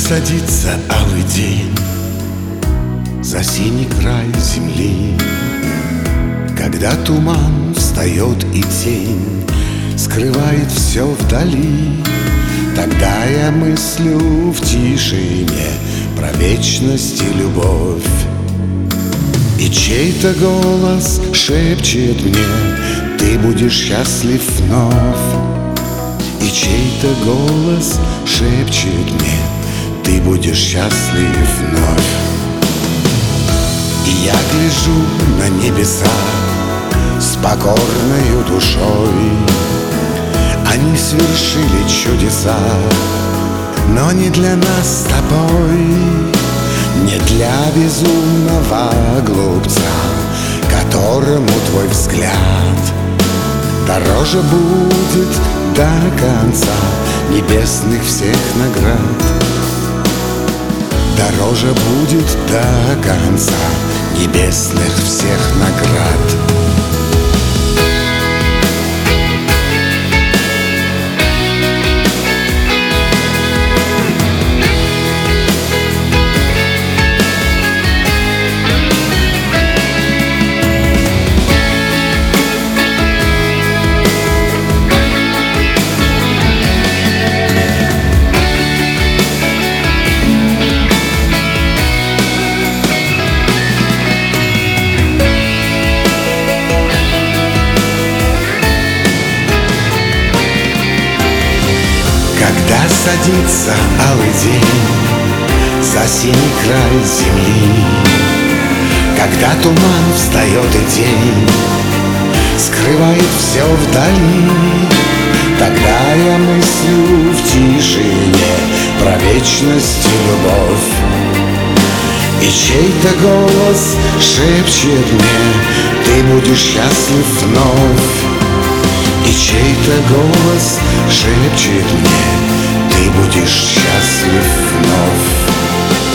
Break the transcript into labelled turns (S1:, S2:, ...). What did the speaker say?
S1: садится алый день за синий край земли, когда туман встает и тень скрывает все вдали, тогда я мыслю в тишине про вечность и любовь. И чей-то голос шепчет мне: ты будешь счастлив вновь. И чей-то голос шепчет мне: ты будешь счастлив вновь. И я гляжу на небеса с покорною душой. Они свершили чудеса, но не для нас с тобой, не для безумного глупца, которому твой взгляд дороже будет до конца небесных всех наград. Дороже будет до конца небесных всех наград. Когда садится алый день за синий край земли, когда туман встает и день скрывает все вдали, тогда я мыслю в тишине про вечность и любовь. И чей-то голос шепчет мне: ты будешь счастлив вновь. И чей-то голос шепчет мне: ты будешь счастлив вновь.